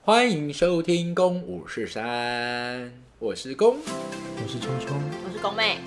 欢迎收听公543，我是公， 我是聪聪， 我是公妹。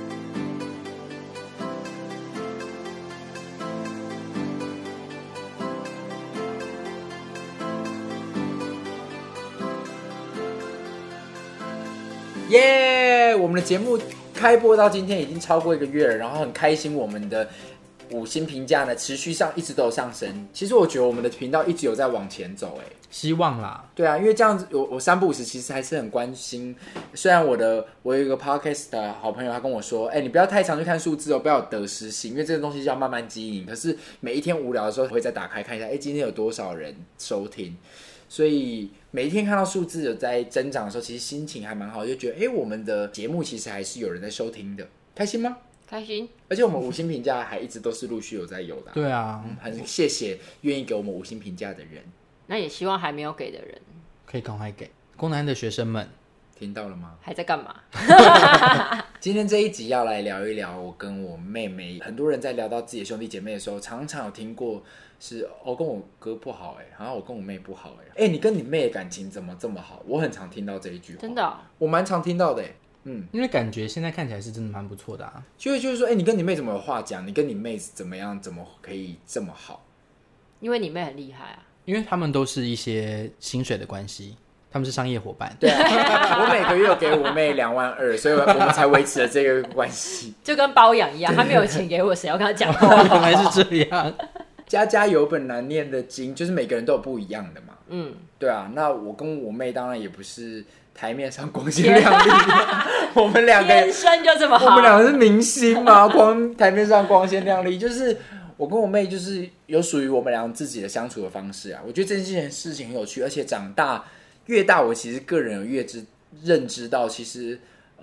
耶！我们的节目开播到今天已经超过1个月了，然后很开心，我们的5星评价呢持续一直都有上升。其实我觉得我们的频道一直有在往前走， 希望啦。 对啊，因为这样子，我3不5时其实还是很关心。虽然我有一个 podcast 的好朋友，他跟我说，你不要太常去看数字哦，不要有得失心，因为这个东西要慢慢经营。可是每一天无聊的时候，会再打开看一下，今天有多少人收听。所以每一天看到数字有在增长的时候，其实心情还蛮好，就觉得我们的节目其实还是有人在收听的，开心吗？ 开心。 而且我们5星评价还一直都是陆续有在有的。 对啊， 很谢谢愿意给我们5星评价的人。 那也希望还没有给的人可以赶快给。公南的学生们听到了吗？ 还在干嘛？ 今天这一集要来聊一聊我跟我妹妹。很多人在聊到自己的兄弟姐妹的时候，常常有听过是我跟我哥不好好像我跟我妹不好你跟你妹的感情怎么这么好？我很常听到这一句话。 真的哦？ 我蛮常听到的因为感觉现在看起来是真的蛮不错的啊。 就是说你跟你妹怎么有话讲？你跟你妹怎么样？怎么可以这么好？ 因为你妹很厉害啊。 因为他们都是一些薪水的关系，他们是商业伙伴。 对啊，我每个月有给我妹2.2万，所以我们才维持了这个关系。 就跟包养一样，他没有钱给我，谁要跟他讲话？ 原来是这样。 家家有本难念的经，就是每个人都有不一样的嘛。对啊，那我跟我妹当然也不是台面上光鲜亮丽，我们两个天生就这么好。 我们两个是明星嘛，台面上光鲜亮丽，就是我跟我妹就是有属于我们俩自己的相处的方式啊。我觉得这件事情很有趣，而且越大，我其实个人有认知到，其实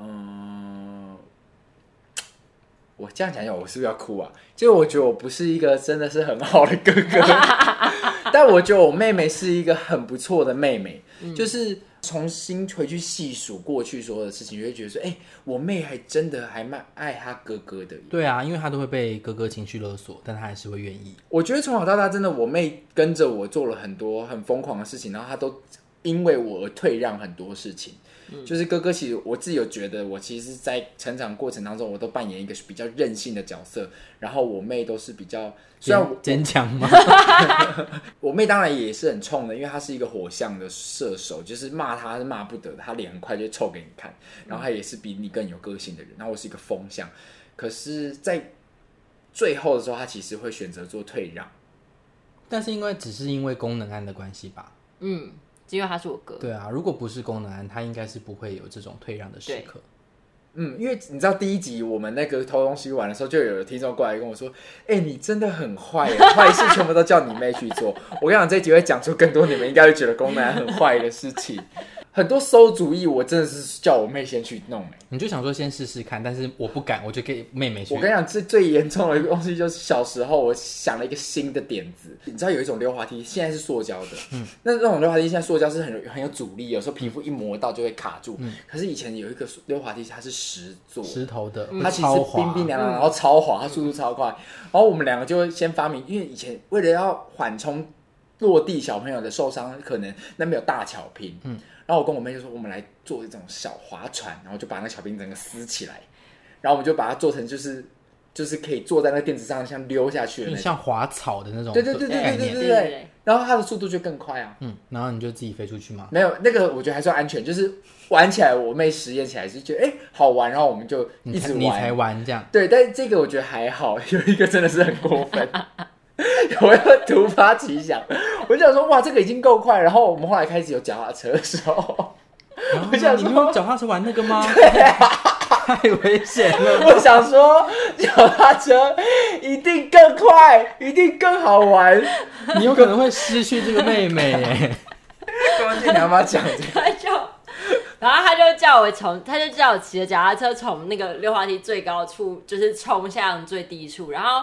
我这样讲讲，我是不是要哭啊？就我觉得我不是一个真的是很好的哥哥，但我觉得我妹妹是一个很不错的妹妹，就是重新回去细数过去所有的事情，就会觉得说，我妹还真的还蛮爱她哥哥的。 对啊，因为她都会被哥哥情绪勒索，但她还是会愿意。 我觉得从小到大，真的我妹跟着我做了很多很疯狂的事情，然后她都因为我而退让很多事情。就是哥哥，其实我自己有觉得，我其实在成长过程当中，我都扮演一个比较任性的角色，然后我妹都是比较虽然坚强吗？ 我妹当然也是很冲的，因为她是一个火象的射手，就是骂她是骂不得的，她脸很快就臭给你看，然后她也是比你更有个性的人，然后我是一个风象，可是在最后的时候，她其实会选择做退让， 但是只是因为功能安的关系吧。 因为他是我哥。 对啊，如果不是功能安，他应该是不会有这种退让的时刻。 因为你知道第1集我们那个偷东西玩的时候，就有听众过来跟我说，你真的很坏耶，坏事全部都叫你妹去做。我跟你讲，这一集会讲出更多你们应该会觉得功能安很坏的事情。很多馊主意，我真的是叫我妹先去弄。 你就想说先试试看，但是我不敢，我就给妹妹去。 我跟你讲，最严重的一个东西就是小时候我想了一个新的点子。你知道有一种溜滑梯，现在是塑胶的，那种溜滑梯现在塑胶是很有阻力，有时候皮肤一磨到就会卡住。可是以前有一个溜滑梯，它是石头的，它其实冰冰凉凉，然后超滑，它速度超快。然后我们两个就会先发明，因为以前为了要缓冲落地小朋友的受伤，可能那边有大巧拼。然后我跟我妹就说，我们来做这种小划船，然后就把那个小冰整个撕起来，然后我们就把它做成就是可以坐在那个垫子上，像溜下去的那种， 像滑草的那种概念。对。然后它的速度就更快啊。 然后你就自己飞出去吗？ 没有，那个我觉得还算安全，就是玩起来，我妹实验起来是觉得好玩，然后我们就一直玩。 你才玩这样。 对，但是这个我觉得还好，有一个真的是很过分。我要突发奇想，我就想说，哇，这个已经够快。然后我们后来开始有脚踏车的时候， 我想说，你用脚踏车玩那个吗？ 对啊， 太危险了。 我想说，脚踏车一定更快，一定更好玩。 你有可能会失去这个妹妹耶。 关键你要不要讲这个？ 然后他就叫我骑着脚踏车从那个溜滑梯最高处，就是冲向最低处，然后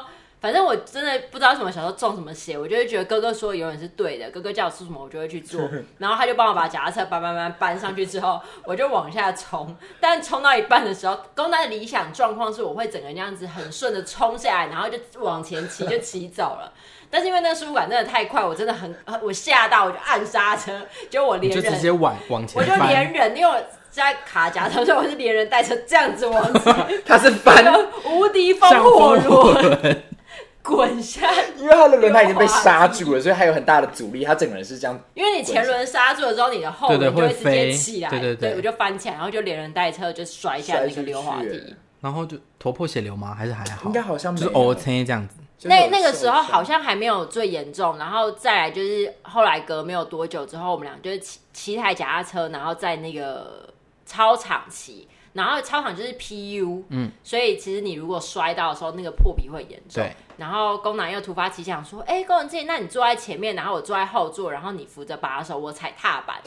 反正我真的不知道什么小时候中什么邪，我就会觉得哥哥说的永远是对的，哥哥叫我做什么我就会去做，然后他就帮我把脚踏车搬上去之后，我就往下冲，但冲到一半的时候，公单的理想状况是我会整个这样子很顺的冲下来，然后就往前骑就骑走了。但是因为那个速度感真的太快，我真的我吓到，我就按刹车，就我连人就直接往前我就翻， 连人，因为我在卡夹车，所以我是连人带车这样子往前， 他是翻， 无敌风火轮滚下， 因为他的轮胎已经被刹住了，所以还有很大的阻力，他整个人是这样。 因为你前轮刹住了之后，你的后轮就会直接起来， 对， 我就翻起来，然后就连人带车就摔下那个溜滑梯， 然后就头破血流吗？还是还好？ 应该好像没有就是偶车这样子。 那个时候好像还没有最严重，然后再来就是后来隔没有多久之后，我们俩就是骑台脚踏车，然后在那个操场骑，然后操场就是 PU， 所以其实你如果摔到的时候，那个破皮会严重。 对， 然后宫南又突发奇想说：“哎，宫南姐，那你坐在前面，然后我坐在后座，然后你扶着把手，我踩踏板。”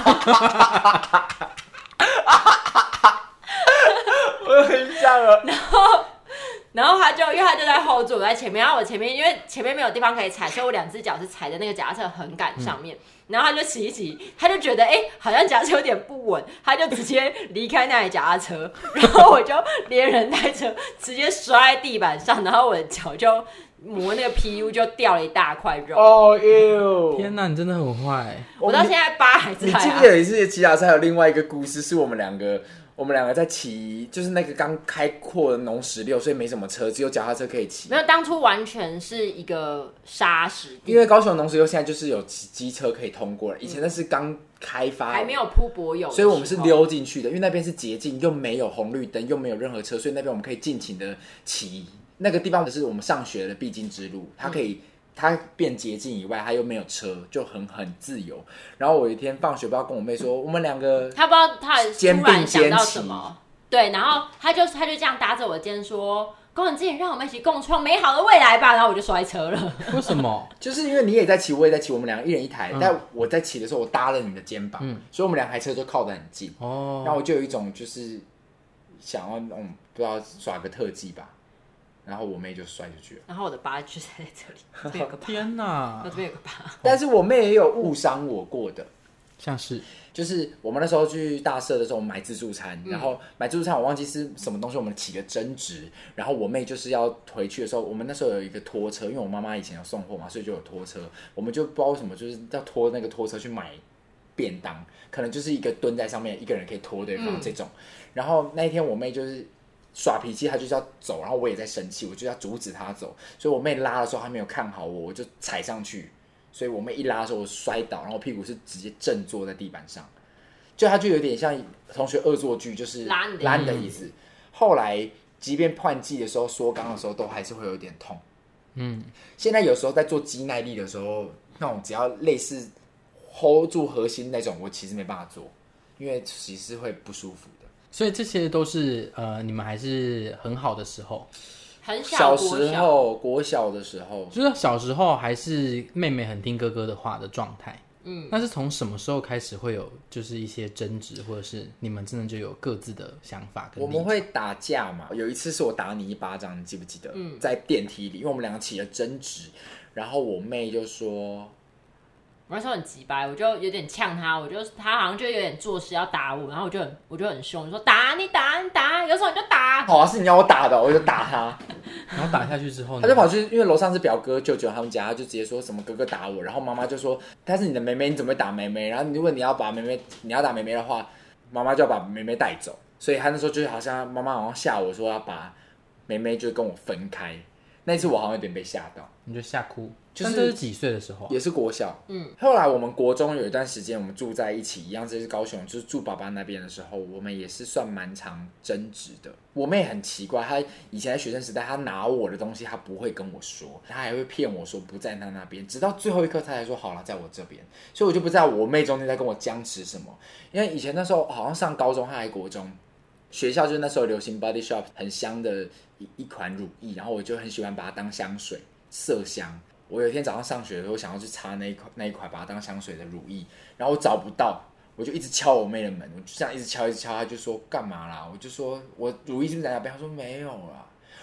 我有印象了。 然后因为他就在后座，我在前面，然后我前面因为前面没有地方可以踩，所以我两只脚是踩在那个脚踏车横杆上面。然后他就骑一骑，他就觉得好像脚踏车有点不稳，他就直接离开那台脚踏车，然后我就连人带车直接摔在地板上，然后我的脚就磨那个 PU 就掉了一大块肉。 哦哟！ 天哪，你真的很坏！ 我到现在疤还在。 你记不记得有一次骑脚车还有另外一个故事，是我们两个在骑，就是那个刚开阔的农16，所以没什么车，只有脚踏车可以骑。 没有，当初完全是一个沙石地， 因为高雄农16现在就是有机车可以通过了，以前那是刚开发， 还没有铺柏油， 所以我们是溜进去的，因为那边是捷径，又没有红绿灯，又没有任何车，所以那边我们可以尽情的骑。那个地方是我们上学的必经之路，它可以。它变捷径以外，它又没有车，就很自由。然后我有一天放学，不知道跟我妹说，我们两个他不知道他突然想到什么，对，然后他就这样搭着我肩说：“宫本静，让我们一起共创美好的未来吧。”然后我就摔车了。 为什么？ 就是因为你也在骑，我也在骑，我们两个一人一台。但我在骑的时候，我搭了你的肩膀，所以我们两台车就靠得很近。然后我就有一种就是想要不知道耍个特技吧。然后我妹就摔出去了， 然后我的疤就在这里，这边有个疤， 天哪， 我这边有个疤。 但是我妹也有误伤我过的， 像是就是我们那时候去大社的时候，我们买自助餐，然后买自助餐我忘记是什么东西，我们起了争执，然后我妹就是要回去的时候，我们那时候有一个拖车，因为我妈妈以前有送货嘛，所以就有拖车，我们就不知道为什么就是要拖那个拖车去买便当，可能就是一个蹲在上面，一个人可以拖对方这种。然后那一天我妹就是耍脾气，她就是要走，然后我也在生气，我就要阻止她走，所以我妹拉的时候她没有看好我，我就踩上去，所以我妹一拉的时候我摔倒，然后屁股是直接正坐在地板上，就她就有点像同学恶作剧，就是拉你的椅子。后来即便换季的时候缩肛的时候都还是会有点痛。现在有时候在做肌耐力的时候，那种只要类似 hold 住核心那种，我其实没办法做，因为其实会不舒服的。 所以这些都是你们还是很好的时候， 很小时候国小的时候， 就是小时候还是妹妹很听哥哥的话的状态。那是从什么时候开始会有就是一些争执，或者是你们真的就有各自的想法跟立场？ 我们会打架嘛？有一次是我打你一巴掌，你记不记得？在电梯里，因为我们两个起了争执，然后我妹就说。 我那时候很急掰，我就有点呛他，他好像就有点作势要打我，然后我就很凶，说打你打，有种你就打。 好啊，是你要我打的，我就打他。 然后打下去之后呢， 他就跑去，因为楼上是表哥舅舅他们家，他就直接说什么哥哥打我，然后妈妈就说他是你的妹妹，你怎么会打妹妹？然后如果你要打妹妹的话，妈妈就要把妹妹带走。所以他那时候就是好像妈妈好像吓我说要把妹妹就跟我分开。那一次我好像有点被吓到， 你就吓哭。 就是但这是几岁的时候也是国小。后来我们国中有一段时间我们住在一起，一样这是高雄，就是住爸爸那边的时候，我们也是算蛮常争执的。我妹很奇怪，她以前在学生时代，她拿我的东西她不会跟我说，她还会骗我说不在她那边，直到最后一刻她才说好了在我这边。所以我就不知道我妹中间在跟我僵持什么，因为以前那时候好像上高中还国中，学校就是那时候流行 Body Shop 很香的一款乳液，然后我就很喜欢把它当香水麝香。我有一天早上上学的时候，想要去擦那一款把它当香水的乳液，然后我找不到，我就一直敲我妹的门，我就这样一直敲，她就说干嘛啦？我就说我乳液是不是在那边？她说没有啦。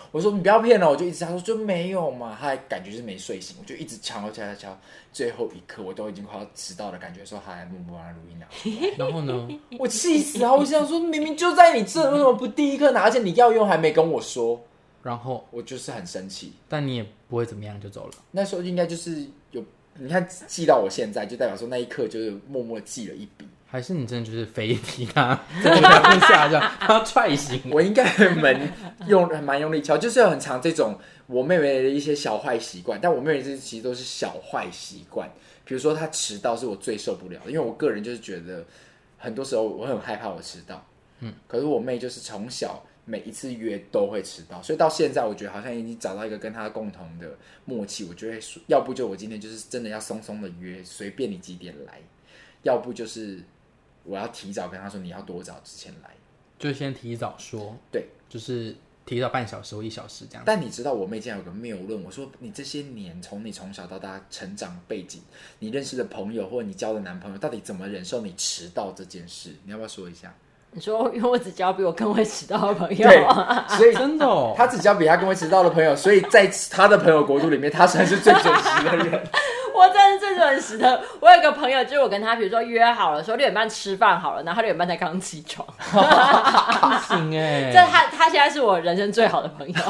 我说你不要骗了，我就一直他说就没有嘛，他还感觉是没睡醒，我就一直敲，最后一刻我都已经快要迟到的感觉的时候，他还默默把录音拿出来。 然后呢？ 我气死啊！我想说明明就在你这，为什么不第一刻拿？而且你要用还没跟我说， 然后我就是很生气。 但你也不会怎么样就走了。 那时候应该就是有，你看记到我现在，就代表说那一刻就是默默记了一笔。 还是你真的就是非踢他，在两分下这样，他踹醒我应该蛮用力敲，就是有很常这种我妹妹的一些小坏习惯，但我妹妹这其实都是小坏习惯。比如说她迟到是我最受不了的，因为我个人就是觉得很多时候我很害怕我迟到，可是我妹就是从小每一次约都会迟到，所以到现在我觉得好像已经找到一个跟她共同的默契，我觉得要不就我今天就是真的要松松的约，随便你几点来，要不就是我要提早跟她说你要多早之前来， 就先提早说， 对， 就是提早半小时或1小时这样。 但你知道我妹竟然有个谬论，我说你这些年你从小到大成长背景，你认识的朋友或者你交的男朋友，到底怎么忍受你迟到这件事？你要不要说一下？ 你说，因为我只交比我更会迟到的朋友， 对，所以真的哦， 他只交比他更会迟到的朋友，所以在他的朋友国度里面，他算是最准时的人。 我真的是最准时的。我有一个朋友，就是我跟他比如说约好了说6点半吃饭好了，然后他6点半才刚起床， 不行哎， 这他现在是我人生最好的朋友。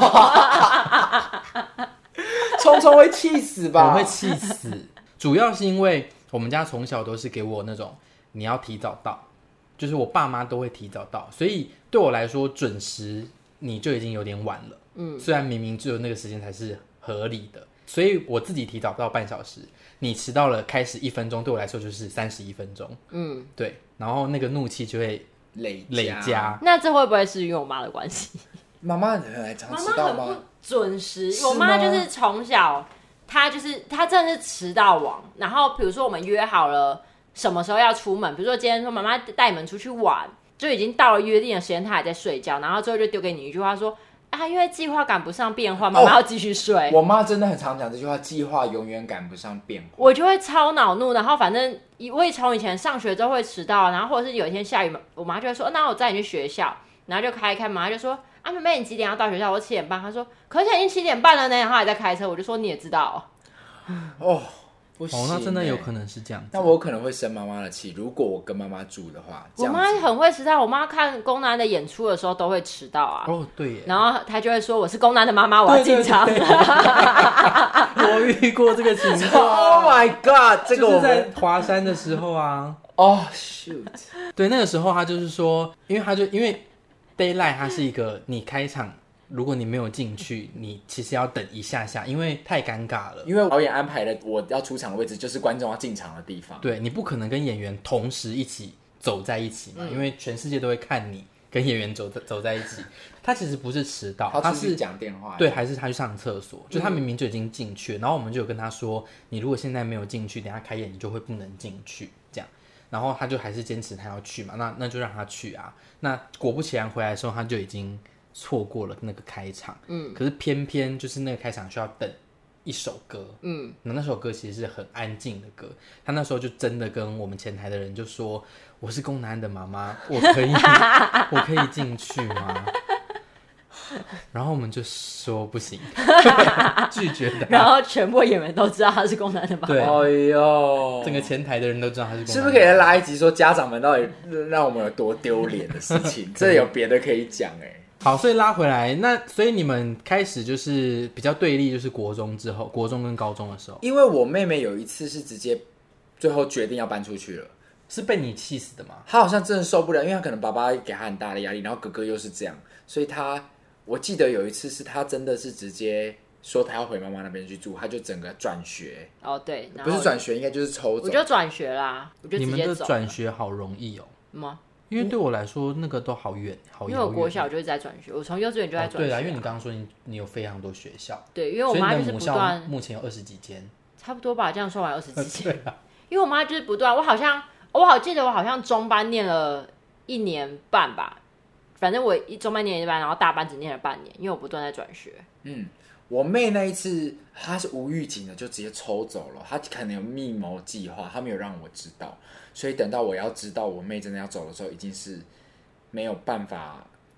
聪聪会气死吧？ 我会气死。主要是因为我们家从小都是给我那种你要提早到，就是我爸妈都会提早到，所以对我来说准时你就已经有点晚了。虽然明明只有那个时间才是合理的，所以我自己提早到半小时，你迟到了开始1分钟，对我来说就是31分钟。对，然后那个怒气就会累加。 那这会不会是因为我妈的关系？ 妈妈很常迟到吗？ 妈妈很不准时，我妈就是从小，她真的是迟到王。然后比如说我们约好了什么时候要出门，比如说今天说妈妈带你们出去玩，就已经到了约定的时间，她还在睡觉，然后最后就丢给你一句话说啊，因为计划赶不上变化，妈妈要继续睡。 我妈真的很常讲这句话，计划永远赶不上变化。 我就会超恼怒，然后反正我也从以前上学之后会迟到，然后或者是有一天下雨，我妈就会说，那我载你去学校，然后就开一开，妈妈就说啊，妹妹你几点要到学校？我7点半。她说可是现在已经7点半了呢，然后还在开车，我就说你也知道哦。不行那真的有可能是这样子。 那我可能会生妈妈的气，如果我跟妈妈住的话。 我妈很会迟到，我妈看宫南的演出的时候都会迟到啊。 哦，对耶。 然后她就会说我是宫南的妈妈，我要进场。 我遇过这个情况。 Oh my god！ 这个我们在华山的时候啊。 哦、shoot！ 对，那个时候他就是说，因为 Daylight 它是一个你开场。如果你没有进去，你其实要等一下下，因为太尴尬了。 因为导演安排了我要出场的位置，就是观众要进场的地方。 对，你不可能跟演员同时一起走在一起嘛，因为全世界都会看你跟演员走在一起。他其实不是迟到， 他是讲电话， 对，还是他去上厕所？就他明明就已经进去了，然后我们就有跟他说，你如果现在没有进去，等一下开演你就会不能进去这样。然后他就还是坚持他要去嘛，那就让他去啊。那果不其然回来的时候，他就已经错过了那个开场，可是偏偏就是那个开场需要等一首歌，那首歌其实是很安静的歌，他那时候就真的跟我们前台的人就说，我是宫南的妈妈，我可以进去吗？然后我们就说不行，拒绝的。 然后全部演员都知道他是宫南的妈妈。 对， 哎呦， 整个前台的人都知道他是宫南的妈妈。 是不是可以再拉一集说家长们到底让我们有多丢脸的事情？这有别的可以讲哎。 好，所以拉回来，所以你们开始就是比较对立，就是国中之后，国中跟高中的时候。 因为我妹妹有一次是直接最后决定要搬出去了， 是被你气死的吗？ 她好像真的受不了，因为她可能爸爸给她很大的压力，然后哥哥又是这样，所以我记得有一次是她真的是直接说她要回妈妈那边去住，她就整个转学。 哦，对， 不是转学，应该就是抽走。 我就转学啦，我就直接走。 你们的转学好容易哦。 吗？ 因为对我来说，那个都好远，好遥远。 因为我国小就是在转学，我从幼稚园就在转学。 对啊，因为你刚刚说你有非常多学校。 对，因为我妈就是不断， 目前有20几间， 差不多吧，这样说完20几间。 对啊， 因为我妈就是不断，我记得我好像中班念了1年半吧，反正我中班念1年半，然后大班只念了半年，因为我不断在转学。 我妹那一次她是无预警的就直接抽走了，她可能有密谋计划，她没有让我知道，所以等到我要知道我妹真的要走的时候，已经是没有办法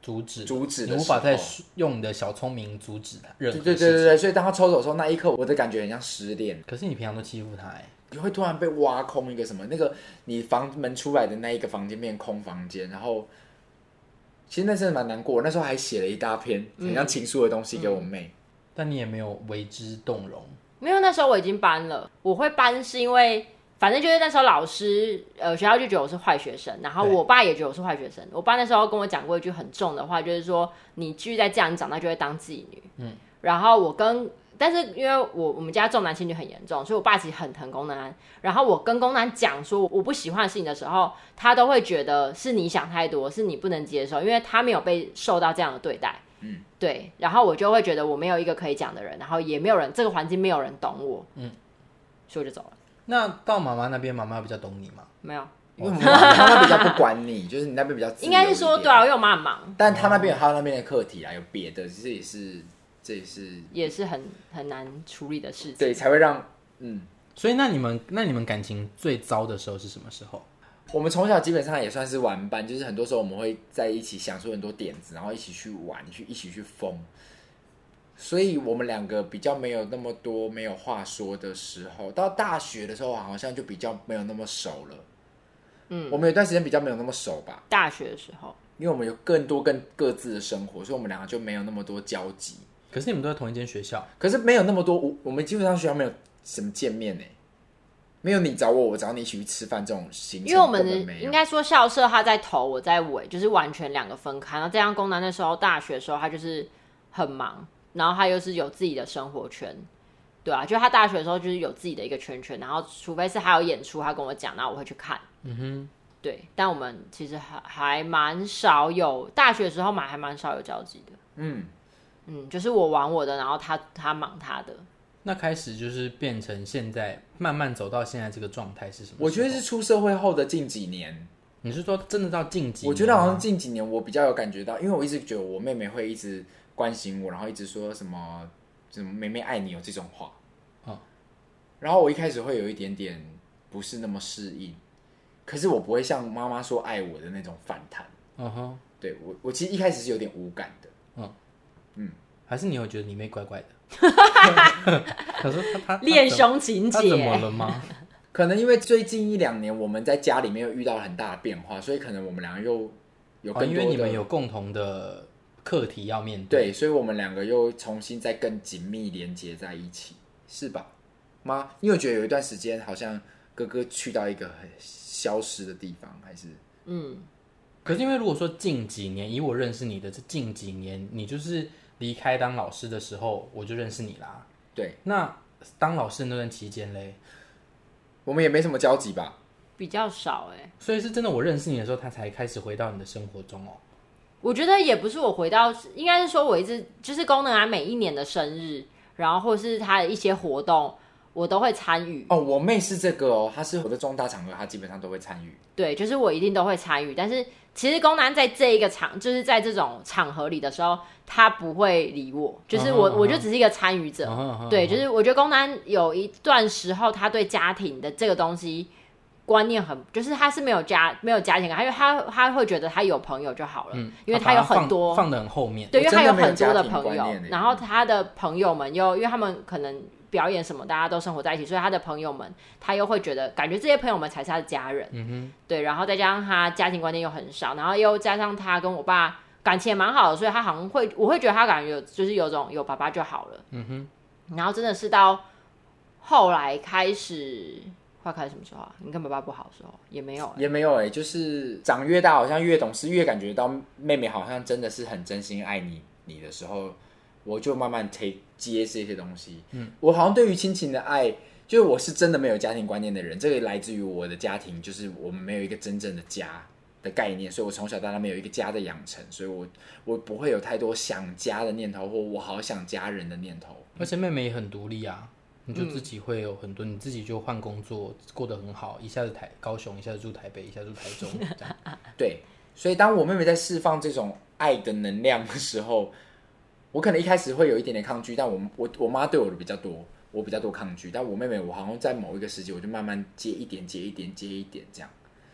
阻止的时候， 你无法再用你的小聪明阻止他任何事情。 对，所以当他抽走的时候，那一刻我的感觉很像失恋。 可是你平常都欺负他你会突然被挖空一个什么？那个你房门出来的那一个房间变空房间，然后其实那真的蛮难过。那时候还写了一大篇很像情书的东西给我妹， 但你也没有为之动容。 没有，那时候我已经搬了。我会搬是因为，反正就是那时候老师，学校就觉得我是坏学生，然后我爸也觉得我是坏学生。我爸那时候跟我讲过一句很重的话，就是说你继续再这样，你长大就会当妓女。然后但是因为我们家重男轻女很严重，所以我爸其实很疼宫南安。然后我跟宫南讲说我不喜欢的事情的时候，他都会觉得是你想太多，是你不能接受，因为他没有被受到这样的对待。对，然后我就会觉得我没有一个可以讲的人，然后也没有人，这个环境没有人懂我，所以我就走了。 那到妈妈那边，妈妈比较懂你吗？ 没有， 因为妈妈比较不管你，就是你那边比较自由一点。 应该是说对啊，因为我妈很忙， 但他那边有他那边的课题啊，有别的，这也是很难处理的事情， 对，才会让所以那你们感情最糟的时候是什么时候？ 我们从小基本上也算是玩伴，就是很多时候我们会在一起想出很多点子，然后一起去玩，一起去疯。所以我们两个比较没有那么多没有话说的时候，到大学的时候好像就比较没有那么熟了。我们有段时间比较没有那么熟吧。 大学的时候， 因为我们有更多各自的生活，所以我们两个就没有那么多交集。 可是你们都在同一间学校， 可是没有那么多，我们基本上学校没有什么见面呢。没有你找我，我找你一起去吃饭这种行程， 因为我们应该说校舍他在头，我在尾，就是完全两个分开。然后这样，宫南那时候大学的时候，他就是很忙，然后他又是有自己的生活圈，对啊，就他大学的时候就是有自己的一个圈圈，然后除非是还有演出，他跟我讲，然后我会去看，对。但我们其实还蛮少有大学的时候还蛮少有交集的，就是我玩我的，然后他忙他的。 那开始就是变成现在慢慢走到现在这个状态是什么时候？ 我觉得是出社会后的近几年。 你是说真的到近几年？ 我觉得好像近几年我比较有感觉到，因为我一直觉得我妹妹会一直关心我，然后一直说什么妹妹爱你有这种话。然后我一开始会有一点点不是那么适应，可是我不会像妈妈说爱我的那种反弹。对，我其实一开始是有点无感的。 还是你有觉得你妹怪怪的？可是他恋凶情节， 他怎么了吗？ 可能因为最近1-2年我们在家里面又遇到很大的变化，所以可能我们两个又有更多的， 因为你们有共同的课题要面对， 对，所以我们两个又重新再更紧密连接在一起，是吧？妈，你有觉得有一段时间好像哥哥去到一个很消失的地方，还是？ 可是因为如果说近几年，以我认识你的这近几年，你就是离开当老师的时候，我就认识你啦。 对， 那当老师的那段期间嘞， 我们也没什么交集吧？ 比较少所以是真的，我认识你的时候，他才开始回到你的生活中哦。 我觉得也不是我回到，应该是说我一直就是功能每一年的生日，然后或是他的一些活动，我都会参与。 我妹是这个哦，她是我的重大场合，她基本上都会参与。 对，就是我一定都会参与，但是其实宫南在这一个就是在这种场合里的时候，他不会理我，就是我就只是一个参与者。对，就是我觉得宫南有一段时候，他对家庭的这个东西观念就是他是没有家庭感，因为他会觉得他有朋友就好了，因为他有很多放得很后面， 对，因为他有很多的朋友， 然后他的朋友们因为他们可能表演什么，大家都生活在一起，所以他的朋友们，他又会觉得感觉这些朋友们才是他的家人，对，然后再加上他家庭观念又很少，然后又加上他跟我爸感情也蛮好的，所以他好像我会觉得他感觉就是有种有爸爸就好了，然后真的是到后来开始什么时候啊？你跟爸爸不好的时候也没有就是长越大，好像越懂事，越感觉到妹妹好像真的是很真心爱你的时候，我就慢慢接这些东西。我好像对于亲情的爱，就是我是真的没有家庭观念的人，这个来自于我的家庭，就是我们没有一个真正的家的概念，所以我从小到大没有一个家的养成，所以我不会有太多想家的念头，或我好想家人的念头。 而且妹妹也很独立啊。你就自己会有很多，你自己就换工作，过得很好，一下子高雄，一下子住台北，一下子住台中，这样。 对，所以当我妹妹在释放这种爱的能量的时候，我可能一开始会有一点点抗拒，但我妈对我的比较多，我比较多抗拒，但我妹妹我好像在某一个时期，我就慢慢接一点这样。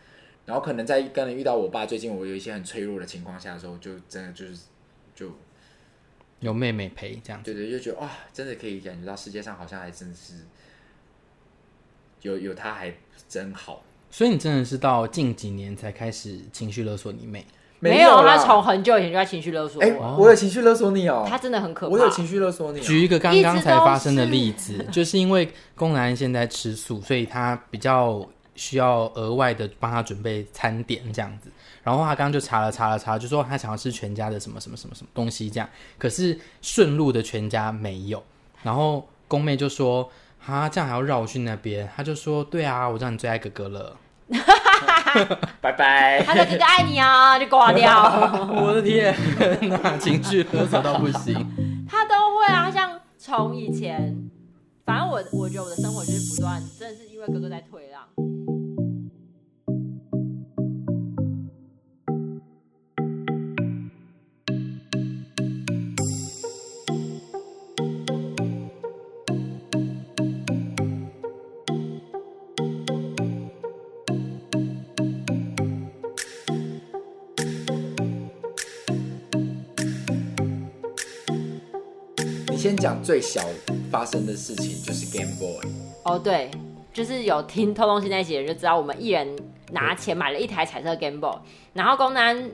然后可能在跟人遇到我爸，最近我有一些很脆弱的情况下的时候，就真的就有妹妹陪这样子。 对，就觉得哇，真的可以感觉到世界上好像还真是有他还真好。 所以你真的是到近几年才开始情绪勒索你妹？ 没有，他从很久以前就在情绪勒索我。 我有情绪勒索你哦， 他真的很可怕。 我有情绪勒索你举一个刚刚才发生的例子，就是因为宫南现在吃素，所以他比较需要额外的帮他准备餐点这样子。然后他刚刚就查了，就说他想要吃全家的什么什么什么什么东西这样，可是顺路的全家没有。然后宫妹就说：“啊，这样还要绕我去那边？”他就说：“对啊，我知道你最爱哥哥了。” 拜拜。 他说哥哥爱你啊，就挂掉。 我的天，那情绪勒索到不行。 他都会啊，像从以前，反正我觉得我的生活就是不断，真的是因为哥哥在退让。 先讲最小发生的事情，就是 Game Boy。 哦，对，就是有听偷东西那一集的人就知道，我们一人拿钱买了一台彩色 Game Boy。然后宫南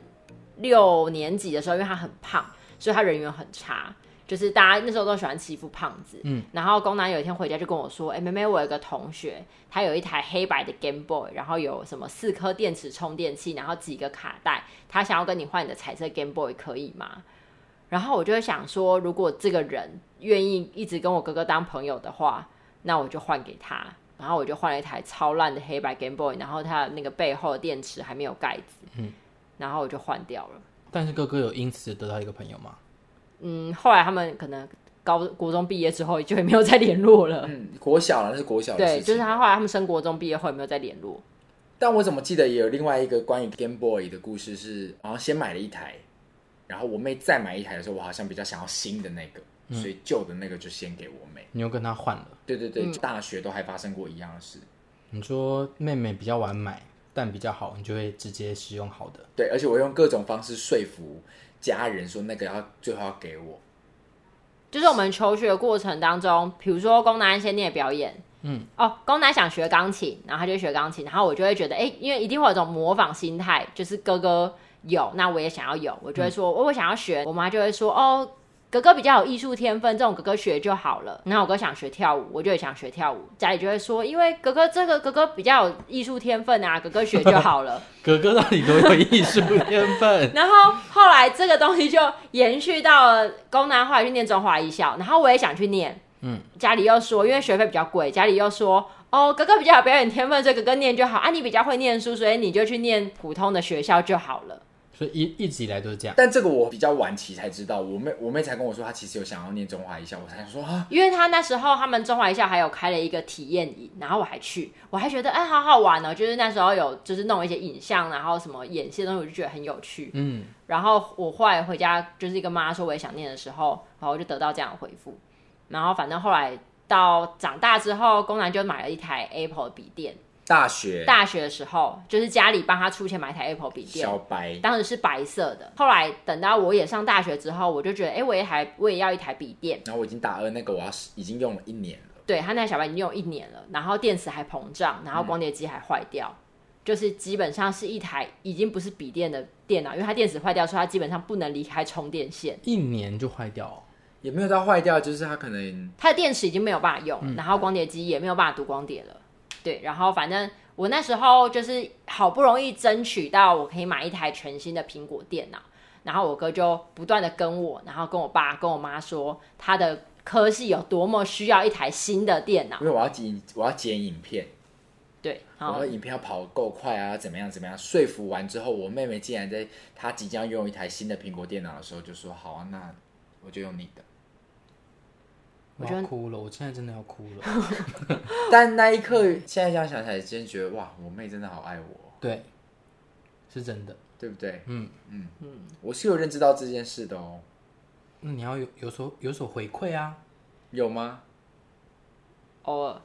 6年级的时候，因为他很胖，所以他人缘很差，就是大家那时候都喜欢欺负胖子。然后宫南有一天回家就跟我说：“妹妹，我有一个同学，他有一台黑白的 Game Boy， 然后有什么4颗电池充电器，然后几个卡带，他想要跟你换你的彩色 Game Boy， 可以吗？”然后我就会想说，如果这个人愿意一直跟我哥哥当朋友的话，那我就换给他。然后我就换了一台超烂的黑白 Game Boy， 然后它那个背后的电池还没有盖子，然后我就换掉了。 但是哥哥有因此得到一个朋友吗？ 后来他们可能国中毕业之后就也没有再联络了。 国小了，那是国小的事情。 对，就是他后来他们升国中毕业后也没有再联络。 但我怎么记得也有另外一个关于 Game Boy 的故事是，好像先买了一台。然后我妹再买一台的时候，我好像比较想要新的那个，所以旧的那个就先给我妹。 你又跟她换了？ 对，大学都还发生过一样的事。 你说妹妹比较晚买，但比较好，你就会直接使用好的。 对，而且我用各种方式说服家人说那个最后要给我。 就是我们求学的过程当中，比如说宫南先念表演，宫南想学钢琴，然后他就学钢琴，然后我就会觉得，因为一定会有一种模仿心态，就是哥哥有，那我也想要有，我就会说，我想要学，我妈就会说，哥哥比较有艺术天分，这种哥哥学就好了。然后我哥想学跳舞，我就也想学跳舞，家里就会说，因为哥哥比较有艺术天分啊，哥哥学就好了。 哥哥到底多有艺术天分？ 然后后来这个东西就延续到了宫南，后来去念中华艺校，然后我也想去念，家里又说，因为学费比较贵，家里又说，哥哥比较有表演天分，所以哥哥念就好啊，你比较会念书，所以你就去念普通的学校就好了。 所以一直以来都是这样。 但这个我比较晚期才知道，我妹才跟我说，她其实有想要念中华艺校，我才想说啊， 因为他那时候他们中华艺校还有开了一个体验营，然后我还去，我还觉得好好玩哦，就是那时候有就是弄一些影像，然后什么演戏的东西，我就觉得很有趣。然后我后来回家就是跟妈说我也想念的时候，然后我就得到这样的回复。然后反正后来到长大之后，宫南就买了一台 Apple 的笔电。大学的时候，就是家里帮他出钱买一台 Apple 笔电， 小白， 当时是白色的。后来等到我也上大学之后，我就觉得，我也要一台笔电。 然后我已经大2，那个已经用了1年了。 对，他那台小白已经用1年了，然后电池还膨胀，然后光碟机还坏掉，就是基本上是一台已经不是笔电的电脑，因为它电池坏掉，所以它基本上不能离开充电线。 1年就坏掉也没有到坏掉，就是它可能它的电池已经没有办法用，然后光碟机也没有办法读光碟了。对，然后反正我那时候就是好不容易争取到我可以买一台全新的苹果电脑，然后我哥就不断的跟我，然后跟我爸跟我妈说他的科系有多么需要一台新的电脑， 因为我要剪影片， 对， 我的影片要跑够快啊，怎么样，说服完之后，我妹妹竟然在她即将拥有一台新的苹果电脑的时候就说好啊，那我就用你的。 我要哭了，我现在真的要哭了。 但那一刻，现在这样想起来，真觉得哇，我妹真的好爱我。 对，是真的， 对不对？我是有认知到这件事的哦。 那你要有所回馈啊？ 有吗？ 偶尔。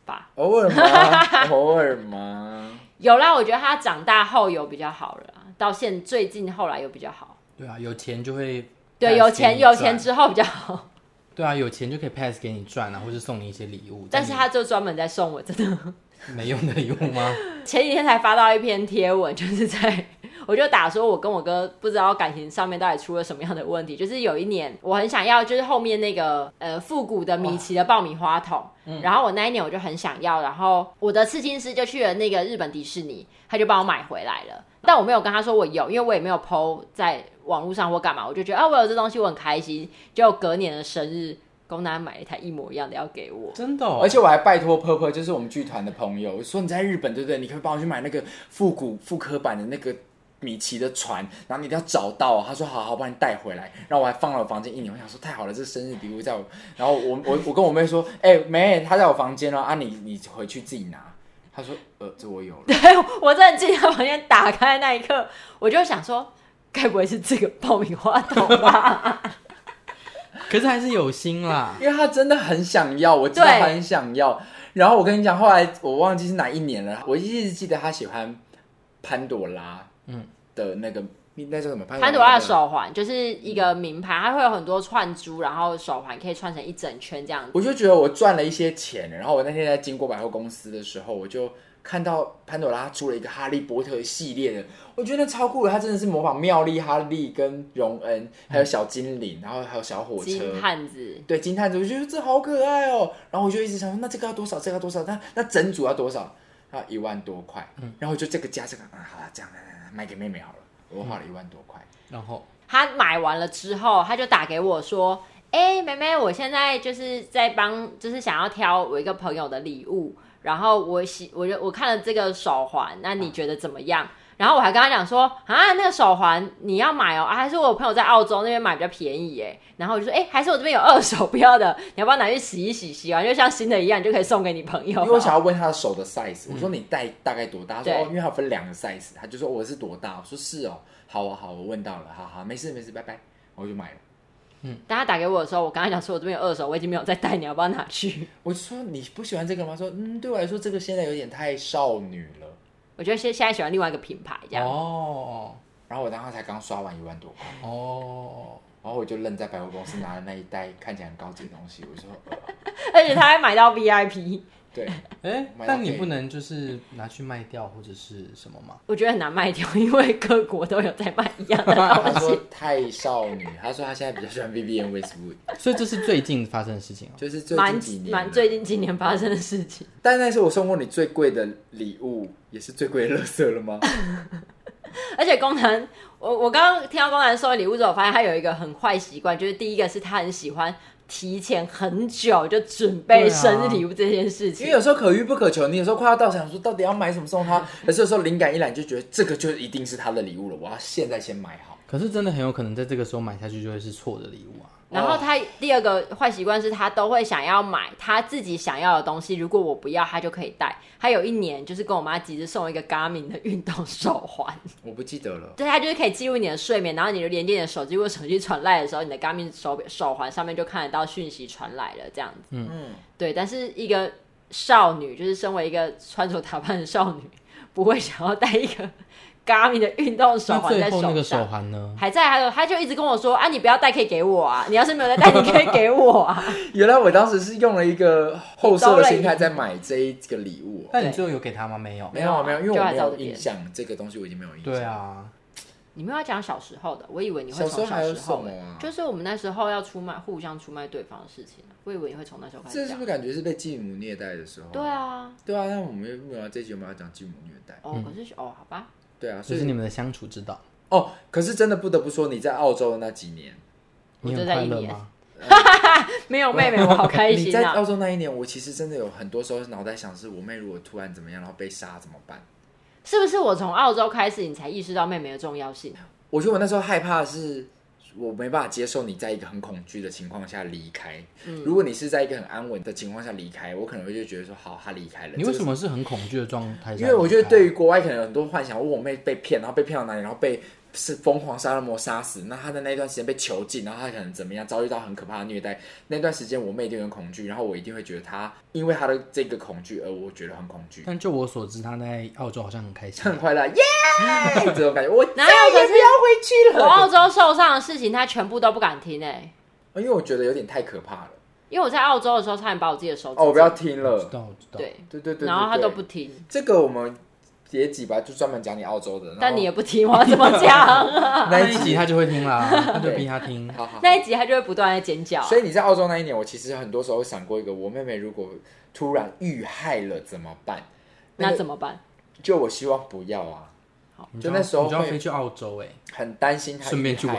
吧。 偶尔吗？偶尔吗？ 有啦，我觉得他长大后有比较好了啦，到最近后来有比较好。 对啊，有钱就会对，有钱之后比较好。 对啊，有钱就可以 pass 给你赚啊，或是送你一些礼物。 但是他就专门在送我真的没用的礼物吗？ 前几天才发到一篇贴文，就是我就打说我跟我哥不知道感情上面到底出了什么样的问题。就是有一年我很想要，就是后面那个复古的米奇的爆米花桶，然后我那一年我就很想要，然后我的刺青师就去了那个日本迪士尼，他就帮我买回来了。但我没有跟他说我有，因为我也没有 po 在网络上或干嘛，我就觉得我有这东西我很开心。就隔年的生日，公男买了一台一模一样的要给我， 真的而且我还拜托 Purple， 就是我们剧团的朋友，我说你在日本对不对？你可以帮我去买那个复刻版的那个米奇的船，然后你一定要找到哦。他说好，帮你带回来。然后我还放了我房间1年，我想说太好了，这生日礼物在我。然后我跟我妹说，妹，他在我房间哦，啊你回去自己拿。他说这我有了。 对，我真的进他房间打开那一刻，我就想说，该不会是这个爆米花桶吧？ 可是还是有心啦， 因为他真的很想要，我知道他很想要。然后我跟你讲，后来我忘记是哪一年了，我一直记得他喜欢潘朵拉的那个。那叫什么？ 潘朵拉的手环就是一个名牌，它会有很多串珠，然后手环可以串成一整圈这样子。 我就觉得我赚了一些钱，然后我那天在经过百货公司的时候，我就看到潘朵拉出了一个哈利波特系列的，我觉得那超酷的，它真的是模仿妙丽、哈利跟荣恩，还有小精灵，然后还有小火车、 金探子， 对，金探子，我觉得这好可爱哦。然后我就一直想说，那这个要多少？这个要多少？那整组要多少？要1万多块。然后我就这个加这个，好了，这样买给妹妹好了。我花了1万多块。 然后他买完了之后，他就打给我说：“妹妹，我现在就是在就是想要挑我一个朋友的礼物，然后我看了这个手环，那你觉得怎么样？”然后我还跟他讲说：“那个手环你要买哦，还是我朋友在澳洲那边买比较便宜耶。”然后我就说：“还是我这边有2手不要的，你要不要拿去洗一洗，洗完就像新的一样，你就可以送给你朋友。” 因为我想要问他的手的 size，我说你大概多大？他说因为他分2个 size，他就说我是多大？我说是哦，好，我问到了，好，没事，拜拜，我就买了。 当他打给我的时候，我跟他讲说我这边有2手，我已经没有再带，你要不要拿去？ 我就说你不喜欢这个吗？说对我来说这个现在有点太少女了。 我觉得现在喜欢另外一个品牌这样。 然后我当时才刚刷完1万多块。然后我就愣在百货公司拿了那一袋看起来很高级的东西，我说而且他还买到 VIP。 对， 但你不能就是拿去卖掉或者是什么吗？ 我觉得很难卖掉，因为各国都有在卖一样的东西。 他说太少女，他说他现在比较喜欢 Vivienne Westwood， 所以这是最近发生的事情哦， 就是最近几年， 最近几年发生的事情。 但那是我送过你最贵的礼物，也是最贵的垃圾了吗？ 而且公男，我刚刚听到公男送的礼物之后，我发现他有一个很坏习惯，就是第一个是他很喜欢提前很久就准备生日礼物这件事情， 因为有时候可遇不可求，你有时候快要到想说到底要买什么送他，可是有时候灵感一来你就觉得这个就一定是他的礼物了，我要现在先买好。 可是真的很有可能在这个时候买下去就会是错的礼物啊。 然后他第二个坏习惯是他都会想要买他自己想要的东西，如果我不要他就可以带。他有一年就是跟我妈急着送一个 Garmin 的运动手环， 我不记得了。 对，它就是可以记录你的睡眠，然后你就连接你的手机，或手机传来的时候，你的 Garmin 手环上面就看得到讯息传来了这样子。对。但是一个少女，就是身为一个穿着打扮的少女，不会想要带一个Garmin 的运动手环在手上。 那最后那个手环呢？ 还在，他就一直跟我说：“你不要带，可以给我啊！你要是没有在带，你可以给我啊！” 原来我当时是用了一个后设的心态在买这一个礼物。 但你最后有给他吗？没有， 没有，因为我没有印象，这个东西我已经没有印象。 对啊， 你们要讲小时候的，我以为你会从小时候就是我们那时候要互相出卖对方的事情，我以为你会从那时候开始讲。 这是不是感觉是被继母虐待的时候？ 对啊， 那我们没有这集有没有要讲继母虐待？ 可是好吧。 对啊， 这是你们的相处之道。 可是真的不得不说，你在澳洲的那几年， 你很快乐吗？ 没有妹妹，我好开心啊！ 你在澳洲那一年，我其实真的有很多时候脑袋想是，我妹如果突然怎么样，然后被杀怎么办？ 是不是我从澳洲开始，你才意识到妹妹的重要性？ 我觉得我那时候害怕的是，我没办法接受你在一个很恐惧的情况下离开。如果你是在一个很安稳的情况下离开，我可能会就觉得说，好，他离开了。 你为什么是很恐惧的状态下？ 因为我觉得对于国外可能有很多幻想，我妹被骗，然后被骗到哪里，然后是疯狂杀人魔杀死，那他的那段时间被囚禁，然后他可能怎么样遭遇到很可怕的虐待，那段时间我妹一定很恐惧，然后我一定会觉得他因为他的这个恐惧而我觉得很恐惧。 但就我所知，他在澳洲好像很开心， 很快乐，耶！这种感觉，我哪有？可是不要回去了。 我澳洲受伤的事情，他全部都不敢听因为我觉得有点太可怕了。 因为我在澳洲的时候，差点把我自己的手指我不要听了。 我知道。 对，然后他都不听。 这个我们别集吧，就专门讲你澳洲的。 但你也不听，我要怎么讲啊？ 那一集他就会听啦，他就逼他听。 好， 那一集他就会不断的尖叫。 所以你在澳洲那一年，我其实很多时候想过一个，我妹妹如果突然遇害了怎么办？ 那怎么办？ 就我希望不要啊。就那时候你就要飞去澳洲很担心她顺便去玩。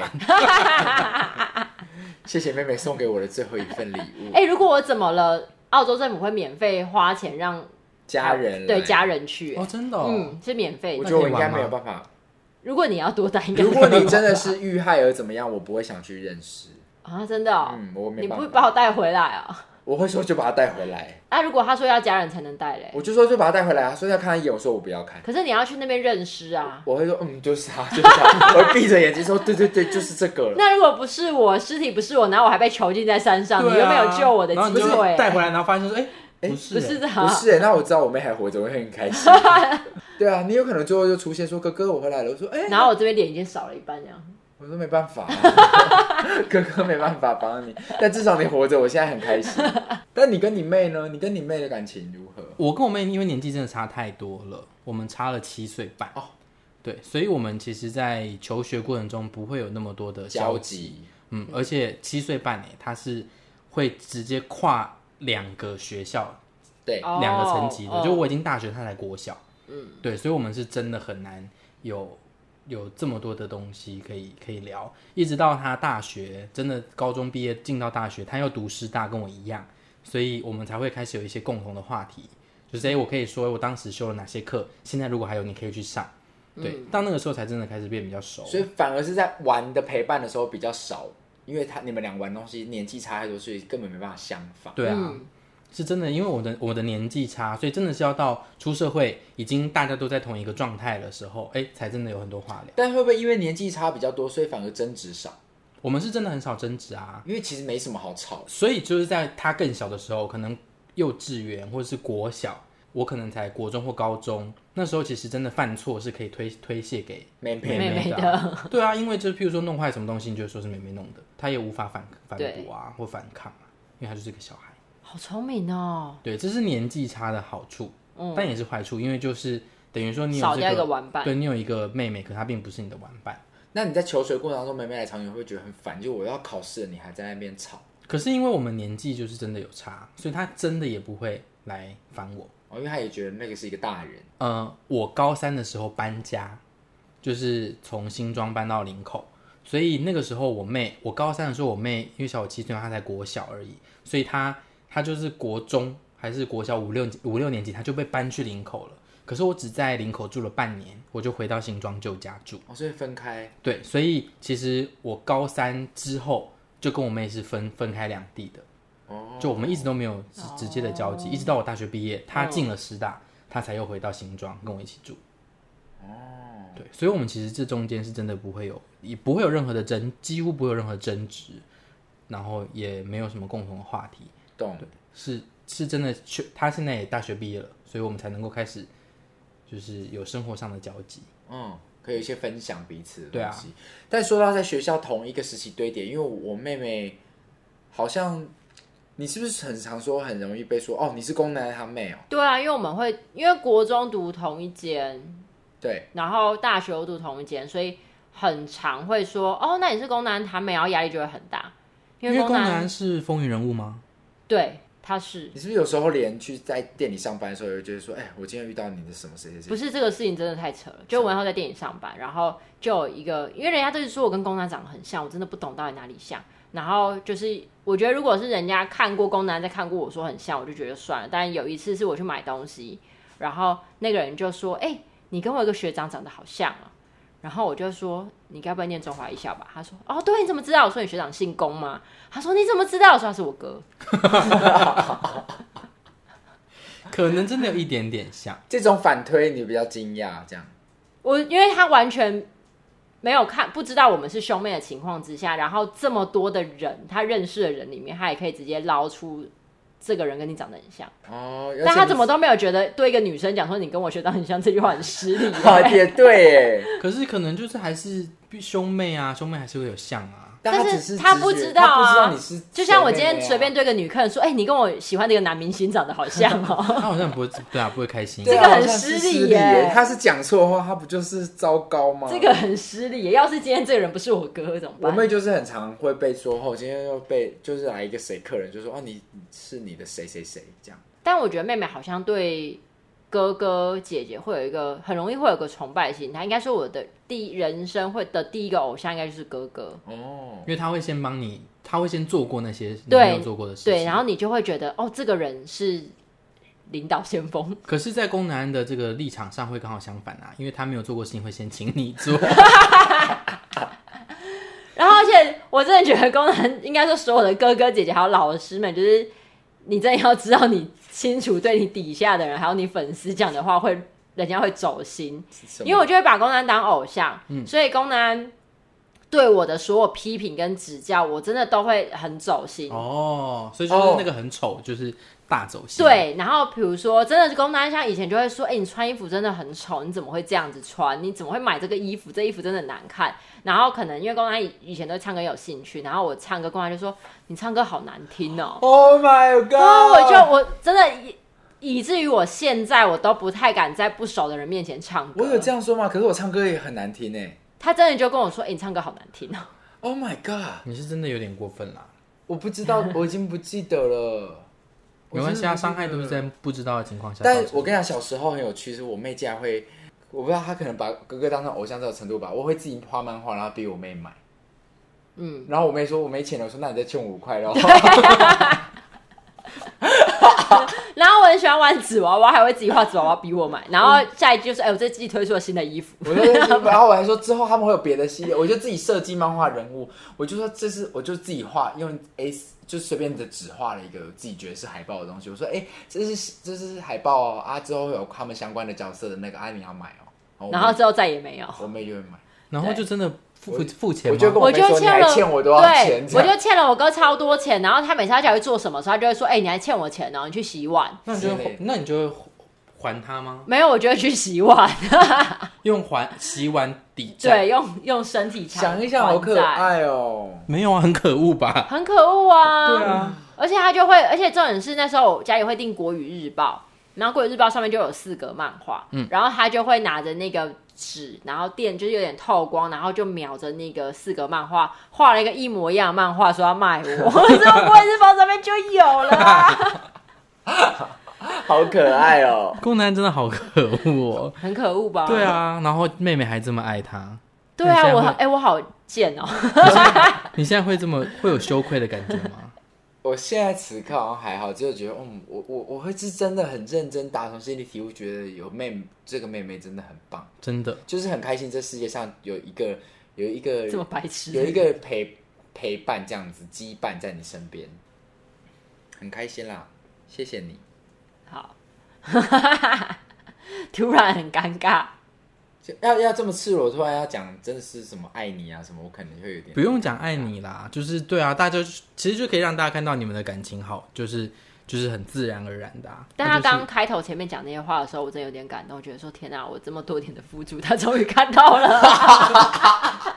谢谢妹妹送给我的最后一份礼物。 如果我怎么了，澳洲政府会免费花钱让家人对家人去真的是免费的。 我觉得我应该没有办法。 如果你要多带， 如果你真的是遇害而怎么样，我不会想去认识啊，真的我没办法。 你不把我带回来啊？ 我会说就把他带回来。 如果他说要家人才能带嘞， 我就说就把他带回来。他说要看他一眼，我说我不要看。 可是你要去那边认尸啊。 我会说就是他，就是他。我会闭着眼睛说对，就是这个了。 那如果不是我，尸体不是我，然后我还被囚禁在山上，你又没有救我的机会。 带回来，然后发现说不是这样， 不是那我知道我妹还活着，我会很开心。对啊，你有可能最后就出现说哥哥我回来了，我说然后我这边脸已经少了一半这样。 我说没办法，哥哥没办法帮你，但至少你活着，我现在很开心。但你跟你妹呢？你跟你妹的感情如何？ 我跟我妹因为年纪真的差太多了，我们差了7岁半对，所以我们其实在求学过程中不会有那么多的交集。而且7岁半她是会直接跨2个学校， 对 ，2个层级的。就我已经大学，她才国小，对，所以我们是真的很难有这么多的东西可以聊，一直到他大学真的高中毕业进到大学，他又读师大跟我一样，所以我们才会开始有一些共同的话题，就是我可以说我当时修了哪些课，现在如果还有你可以去上，对，到那个时候才真的开始变比较熟， 所以反而是在玩的陪伴的时候比较少，因为你们俩玩东西年纪差太多，所以根本没办法相仿。 对啊。是真的，因为我的年纪差，所以真的是要到出社会，已经大家都在同一个状态的时候，才真的有很多话聊。 但会不会因为年纪差比较多，所以反而争执少？ 我们是真的很少争执啊， 因为其实没什么好吵的。 所以就是在他更小的时候，可能幼稚园或者是国小，我可能才国中或高中，那时候其实真的犯错是可以推卸给妹妹的。对啊，因为就譬如说弄坏什么东西，你就说是妹妹弄的，她也无法反驳啊或反抗啊，因为她就是个小孩。 好聪明哦！ 对，这是年纪差的好处，但也是坏处，因为就是等于说你有少掉一个玩伴， 对，你有一个妹妹，可她并不是你的玩伴。 那你在求学过程当中，妹妹来找你会觉得很烦，就我要考试了，你还在那边吵。 可是因为我们年纪就是真的有差，所以她真的也不会来烦我。 因为她也觉得那个是一个大人。 我高3的时候搬家，就是从新庄搬到林口，所以那个时候我高3的时候，我妹因为小我7岁，她才国小而已，所以她就是国中还是国小5、6年级，她就被搬去林口了。可是我只在林口住了半年，我就回到新庄旧家住。 所以分开。 对，所以其实我高3之后就跟我妹是分开2地的。就我们一直都没有直接的交集，一直到我大学毕业，她进了师大，她才又回到新庄跟我一起住。对，所以我们其实这中间是真的也不会有任何的几乎不会有任何争执，然后也没有什么共同的话题。 懂。 对，是真的，他现在也大学毕业了，所以我们才能够开始就是有生活上的交集。 可以有一些分享彼此的东西。 对啊。 但说到在学校同一个时期堆叠，因为我妹妹好像，你是不是很常说很容易被说你是宫南他妹哦？ 对啊，因为国中读同一间， 对， 然后大学又读同一间，所以很常会说那你是宫南他妹，然后压力就会很大。因为宫南是风云人物吗？ 对，他是。 你是不是有时候连去在店里上班的时候，也会觉得说，我今天遇到你的什么谁谁谁？ 不是，这个事情真的太扯了。就我那时候在店里上班，然后就有一个，因为人家都是说我跟宫南长得很像，我真的不懂到底哪里像。然后就是我觉得如果是人家看过宫南再看过我说很像，我就觉得算了。但有一次是我去买东西，然后那个人就说你跟我一个学长长得好像啊。然后我就说你该不会念中华艺校吧？他说对，你怎么知道？我说你学长姓龚吗？他说你怎么知道？我说他是我哥。 可能真的有一点点像。 这种反推你比较惊讶，这样。 因为他完全没有看不知道我们是兄妹的情况之下，然后这么多的人，他认识的人里面，他也可以直接捞出这个人跟你长得很像哦， 但他怎么都没有觉得对一个女生讲说你跟我学长很像这句话很失礼也对耶， 可是可能就是还是兄妹啊，兄妹还是会有像啊。 但是他不知道啊， 他不知道你是就像我今天随便对个女客人说，你跟我喜欢的一个男明星长得好像哦， 他好像不会，对啊，不会开心。 这个很失礼耶， 他是讲错话，他不就是糟糕吗？ 这个很失礼耶，要是今天这个人不是我哥怎么办？ 我妹就是很常会被说后，今天又被就是来一个谁客人就说你是你的谁谁谁这样。 但我觉得妹妹好像对哥哥姐姐会有一个很容易会有个崇拜心态，应该说我的人生会的第一个偶像应该就是哥哥哦，因为他会先帮你，他会先做过那些你没有做过的事情， 对，然后你就会觉得这个人是领导先锋。 可是，在宫南的这个立场上会刚好相反啊，因为他没有做过事情会先请你做。 然后，而且我真的觉得宫南应该说所有的哥哥姐姐还有老师们，就是你真的要知道你清楚对你底下的人还有你粉丝讲的话人家会走心，因为我就会把宫南当偶像，所以宫南对我的所有批评跟指教，我真的都会很走心哦。所以就是那个很丑，就是大走心。 对，然后比如说真的是宫南像以前就会说，你穿衣服真的很丑，你怎么会这样子穿？你怎么会买这个衣服？这衣服真的难看。然后可能因为宫南以前对唱歌有兴趣，然后我唱歌，宫南就说你唱歌好难听哦。 Oh my god！ 我真的。以至于我现在我都不太敢在不熟的人面前唱歌。 我有这样说吗？可是我唱歌也很难听耶。 他真的就跟我说：“你唱歌好难听哦。” Oh my god！ 你是真的有点过分啦。 我不知道，我已经不记得了。 没关系啊，伤害都是在不知道的情况下。 但我跟你讲，小时候很有趣，是我妹竟然会，我不知道她可能把哥哥当成偶像这种程度吧。我会自己画漫画，然后逼我妹买。然后我妹说我没钱了，我说那你再欠我5块咯。 然后我很喜欢玩纸娃娃，还会自己画纸娃娃逼我买。然后下一句就是，我这季推出了新的衣服。 然后我还说之后他们会有别的系列，我就自己设计漫画人物。我就说我就自己画，用 就随便的纸画了一个自己觉得是海报的东西。我说这是海报哦之后会有他们相关的角色的那个你要买哦。 然后之后再也没有， 我妹就会买， 然后就真的付钱吗？ 我就欠了， 欠我多少钱？ 对，我就欠了我哥超多钱。然后他每次他叫我做什么时候，他就会说：“你还欠我钱哦，你去洗碗。” 那你就会还他吗？ 没有，我就会去洗碗， 用洗碗抵债。 对，用身体想一想，好可爱哦。 没有啊，很可恶吧？ 很可恶啊！ 对啊， 而且他就会，而且重点是那时候我家里会订国语日报，然后国语日报上面就有4格漫画，然后他就会拿着那个纸，然后就是有点透光，然后就瞄着那个4格漫画，画了一个一模一样的漫画，说要卖我，之后国语日报上面就有了啊。 好可爱哦！ 宫南真的好可恶哦， 很可恶吧？ 对啊，然后妹妹还这么爱他。 对啊，我好贱哦！ 你现在会有羞愧的感觉吗？ 我现在此刻好像还好，只有觉得，我会是真的很认真打从心里体会，觉得这个妹妹真的很棒， 真的就是很开心，这世界上有一个这么白痴， 有一个陪伴这样子羁绊在你身边，很开心啦，谢谢你。 好，突然很尴尬。 要这么赤裸，突然要讲真的是什么爱你啊什么，我可能会有点不用讲爱你啦，就是对啊，大家其实就可以让大家看到你们的感情好，就是很自然而然的啊。 但他刚开头前面讲那些话的时候，我真的有点感动，觉得说天哪，我这么多年的付出，他终于看到了。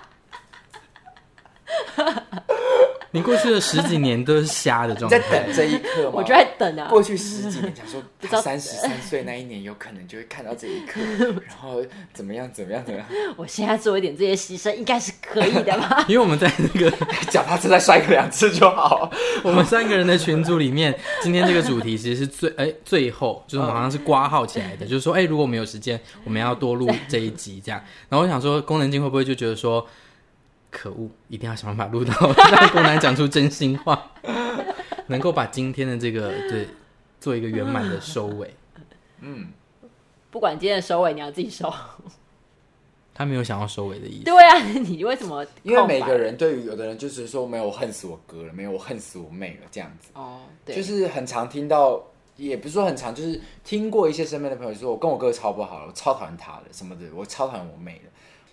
你过去的10几年都是瞎的状态， 你在等这一刻吗？ 我就在等啊。 过去10几年，讲说他33岁那一年，有可能就会看到这一刻，然后怎么样？ 我现在做一点这些牺牲，应该是可以的吧？ 因为我们在那个脚踏车再摔个2次就好。 我们3个人的群组里面，今天这个主题其实是最后就是我们好像是挂号起来的，就是说如果我们有时间，我们要多录这一集这样。然后我想说，宫能静会不会就觉得说，可恶，一定要想办法录到让宫南讲出真心话，能够把今天的这个做一个圆满的收尾。 不管今天的收尾，你要自己收。 他没有想要收尾的意思。 对啊，你为什么？ 因为每个人对于有的人就是说，没有我恨死我哥了，没有我恨死我妹了这样子。 哦，对， 就是很常听到，也不是说很常，就是听过一些身边的朋友说，我跟我哥超不好了，我超讨厌他的什么的，我超讨厌我妹的。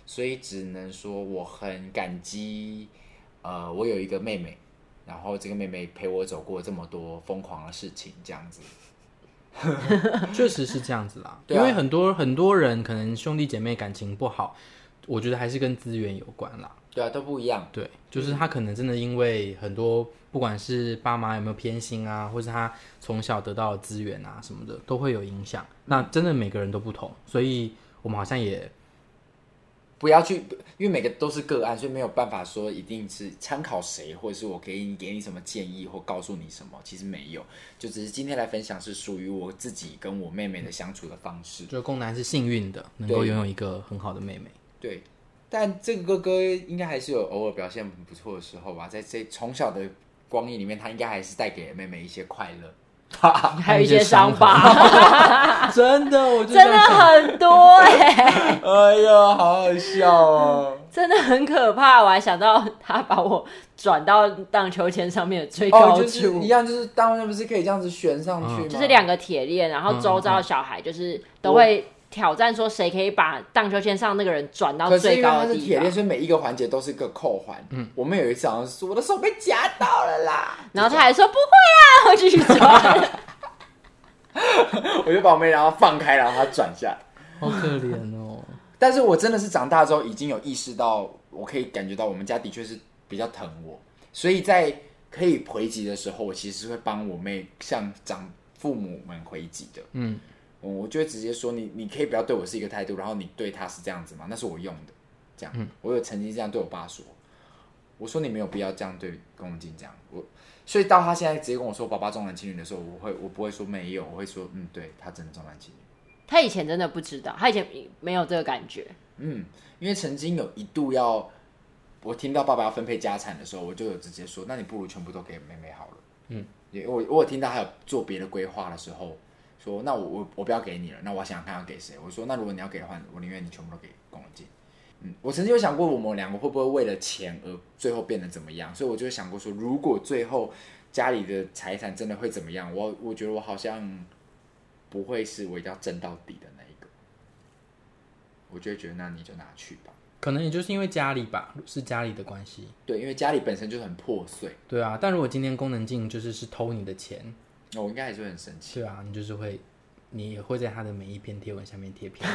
所以只能说我很感激，我有一个妹妹，然后这个妹妹陪我走过这么多疯狂的事情，这样子。 确实是这样子啦， 对啊， 因为很多人可能兄弟姐妹感情不好，我觉得还是跟资源有关啦。 对啊，都不一样。 对，就是他可能真的因为很多，不管是爸妈有没有偏心啊，或是他从小得到的资源啊什么的，都会有影响。那真的每个人都不同，所以我们好像也不要去，因为每个都是个案，所以没有办法说一定是参考谁，或者是我给你什么建议或告诉你什么，其实没有，就只是今天来分享是属于我自己跟我妹妹的相处的方式。 就宫南是幸运的，能够拥有一个很好的妹妹。 对，但这个哥哥应该还是有偶尔表现很不错的时候吧，在这从小的光阴里面，他应该还是带给妹妹一些快乐。 还有一些伤疤， 真的，我就真的很多哎呀，好好笑哦！ 真的很可怕。我还想到他把我转到荡秋千上面的最高处， 就是一样，就是荡秋千不是可以这样子悬上去吗？ 就是2个铁链，然后周遭的小孩就是都会挑战说谁可以把荡秋千上那个人转到最高的地方。可是因为它是铁链， 所以每一个环节都是个扣环。我们有一次好像是我的手被夹到了啦， 然后他还说不会啊，我继续转。 我就把我妹然后放开，然后她转下来， 好可怜哦。 但是我真的是长大之后已经有意识到，我可以感觉到我们家的确是比较疼我，所以在可以回击的时候，我其实是会帮我妹向父母们回击的。我就会直接说你可以不要对我是一个态度，然后你对他是这样子吗？那是我用的，这样。我有曾经这样对我爸说，我说你没有必要这样对龚静这样。所以到他现在直接跟我说爸爸重男轻女的时候，我不会说没有，我会说对他真的重男轻女。 他以前真的不知道，他以前没有这个感觉。 因为曾经有一度我听到爸爸要分配家产的时候，我就有直接说，那你不如全部都给妹妹好了。我有听到他有做别的规划的时候。说那我不要给你了，那我想想看要给谁。我说那如果你要给的话，我宁愿你全部都给龚文静。我曾经有想过我们2个会不会为了钱而最后变得怎么样，所以我就想过说，如果最后家里的财产真的会怎么样，我觉得我好像不会是我一定要争到底的那一个，我就会觉得那你就拿去吧。 可能也就是因为家里吧，是家里的关系。 对，因为家里本身就很破碎。 对啊，但如果今天龚能静是偷你的钱。 我应该还是会很生气。 对啊，你也会在他的每一篇贴文下面贴片。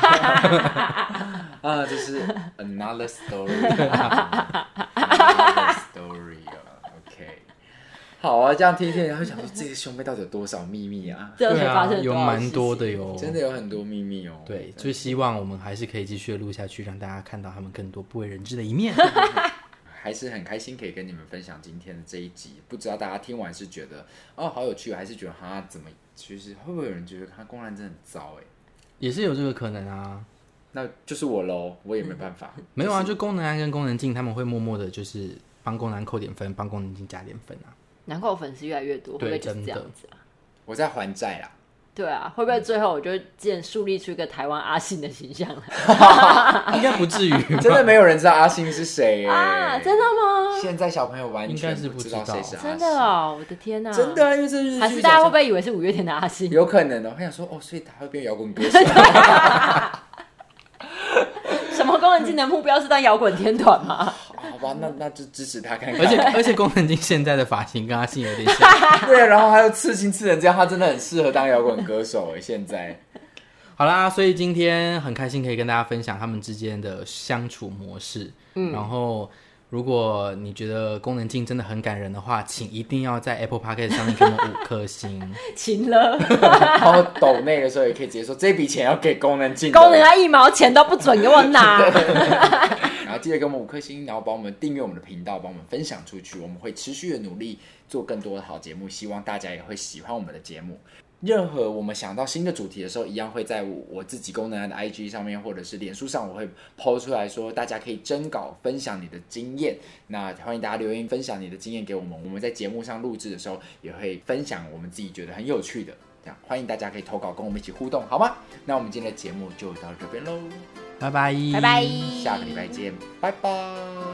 这是 another story。another story OK， 好啊，这样听一听，然后想说这个兄妹到底有多少秘密啊？ 对啊，有蛮多的哟， 真的有很多秘密哦。 对，就希望我们还是可以继续录下去，让大家看到他们更多不为人知的一面。 还是很开心可以跟你们分享今天的这一集，不知道大家听完是觉得好有趣，还是觉得怎么，就是会不会有人觉得他公然真的很糟也是有这个可能啊。 那就是我咯，我也没办法。 没有啊，就宫能安跟宫能静他们会默默的，就是帮宫南扣点分，帮宫能静加点分啊。 难怪我粉丝越来越多，会不会就是这样子啊？ 我在还债啦。对啊，会不会最后我就树立出一个台湾阿信的形象来？ 应该不至于， 真的没有人知道阿信是谁啊？真的吗？ 现在小朋友完全不知道谁是阿信。 真的哦，我的天哪！ 真的，因为这日剧还是大家会不会以为是5月天的阿信？ 有可能哦，我想说所以他会变摇滚歌手。 什么宫能静的目标是当摇滚天团吗？ 好吧，那就支持他看看。 而且宫能静现在的发型跟阿信有点像。 对啊，然后还有刺青刺成这样，他真的很适合当摇滚歌手现在。 好啦，所以今天很开心可以跟大家分享他们之间的相处模式。然后如果你觉得宫能静真的很感人的话，请一定要在 Apple Podcast 上面给我们5颗星。 请了。 然后抖内的时候也可以直接说这笔钱要给宫能静， 宫能他1毛钱都不准给我拿。 然后记得给我们5颗星，然后帮我们订阅我们的频道，帮我们分享出去，我们会持续的努力做更多的好节目，希望大家也会喜欢我们的节目。任何我们想到新的主题的时候，一样会在我自己功能的 IG 上面或者是脸书上，我会 po 出来说大家可以征稿分享你的经验。那欢迎大家留言分享你的经验给我们，我们在节目上录制的时候也会分享我们自己觉得很有趣的，这样欢迎大家可以投稿跟我们一起互动，好吗？那我们今天的节目就到这边咯， 拜拜， 拜拜， 下个礼拜见，拜拜。